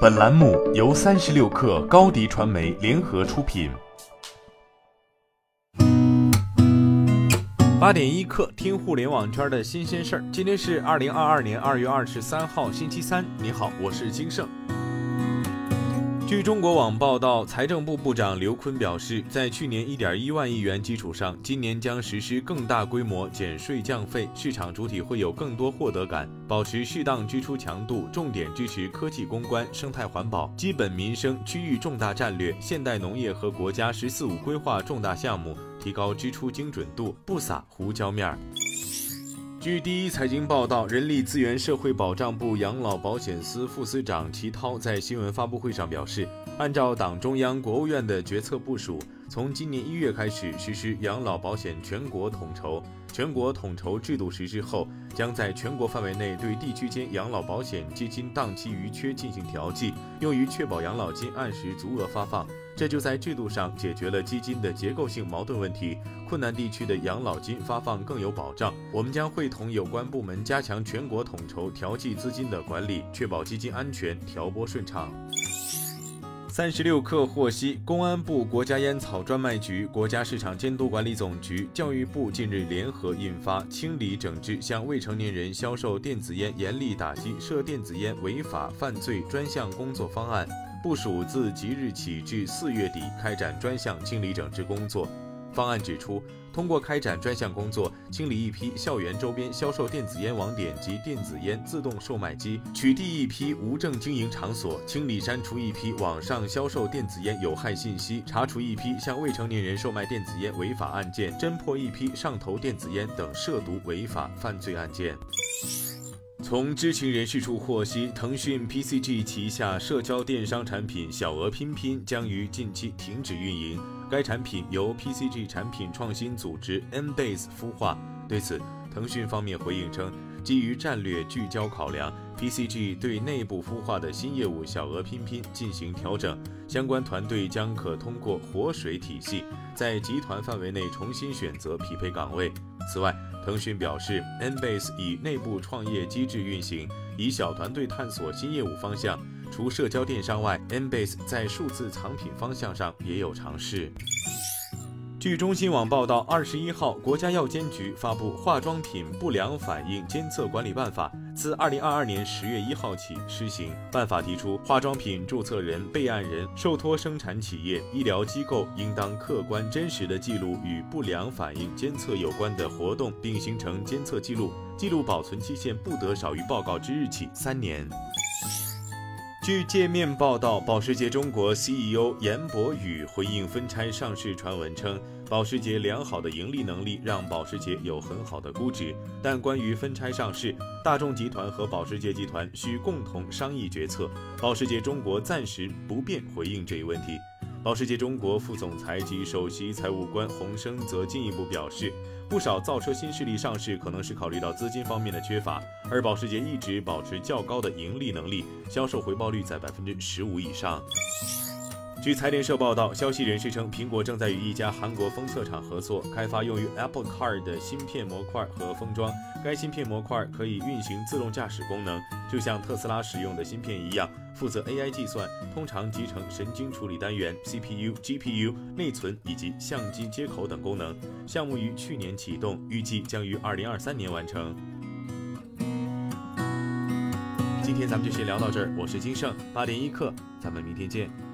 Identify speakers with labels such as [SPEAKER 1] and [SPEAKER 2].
[SPEAKER 1] 本栏目由36氪高迪传媒联合出品。8点1刻，听互联网圈的新鲜事儿。今天是2022年2月23号，星期三。你好，我是金盛。据中国网报道，财政部部长刘昆表示，在去年1.1万亿元基础上，今年将实施更大规模减税降费，市场主体会有更多获得感，保持适当支出强度，重点支持科技攻关、生态环保、基本民生、区域重大战略、现代农业和国家“十四五”规划重大项目，提高支出精准度，不撒胡椒面儿。据第一财经报道，人力资源社会保障部养老保险司副司长齐涛在新闻发布会上表示，按照党中央、国务院的决策部署，从今年1月开始实施养老保险全国统筹。全国统筹制度实施后，将在全国范围内对地区间养老保险基金当期余缺进行调剂，用于确保养老金按时足额发放。这就在制度上解决了基金的结构性矛盾问题，困难地区的养老金发放更有保障。我们将会同有关部门加强全国统筹调剂资金的管理，确保基金安全、调拨顺畅。36氪获悉，公安部、国家烟草专卖局、国家市场监督管理总局、教育部近日联合印发《清理整治向未成年人销售电子烟严厉打击涉电子烟违法犯罪专项工作方案》，部署自即日起至4月底开展专项清理整治工作。方案指出，通过开展专项工作，清理一批校园周边销售电子烟网点及电子烟自动售卖机，取缔一批无证经营场所，清理删除一批网上销售电子烟有害信息，查处一批向未成年人售卖电子烟违法案件，侦破一批上投电子烟等涉毒违法犯罪案件。从知情人士处获悉，腾讯 PCG 旗下社交电商产品小鹅拼拼将于近期停止运营，该产品由 PCG 产品创新组织 N-Base 孵化。对此，腾讯方面回应称，基于战略聚焦考量， PCG 对内部孵化的新业务小鹅拼拼进行调整，相关团队将可通过活水体系在集团范围内重新选择匹配岗位。此外，腾讯表示 N-Base 以内部创业机制运行，以小团队探索新业务方向。除社交电商外， N-Base 在数字藏品方向上也有尝试。据中新网报道，21号，国家药监局发布《化妆品不良反应监测管理办法》，自2022年10月1号起施行。办法提出，化妆品注册人、备案人、受托生产企业、医疗机构应当客观真实地记录与不良反应监测有关的活动，并形成监测记录，记录保存期限不得少于报告之日起3年。据界面报道，保时捷中国 CEO 严博宇回应分拆上市传闻称，保时捷良好的盈利能力让保时捷有很好的估值，但关于分拆上市，大众集团和保时捷集团需共同商议决策，保时捷中国暂时不便回应这一问题。保时捷中国副总裁及首席财务官洪生则进一步表示，不少造车新势力上市可能是考虑到资金方面的缺乏，而保时捷一直保持较高的盈利能力，销售回报率在15%以上。据财联社报道，消息人士称，苹果正在与一家韩国封测厂合作，开发用于 Apple Car 的芯片模块和封装。该芯片模块可以运行自动驾驶功能，就像特斯拉使用的芯片一样，负责 AI 计算，通常集成神经处理单元、CPU、GPU、内存以及相机接口等功能。项目于去年启动，预计将于2023年完成。今天咱们就先聊到这儿，我是金盛，8点1刻，咱们明天见。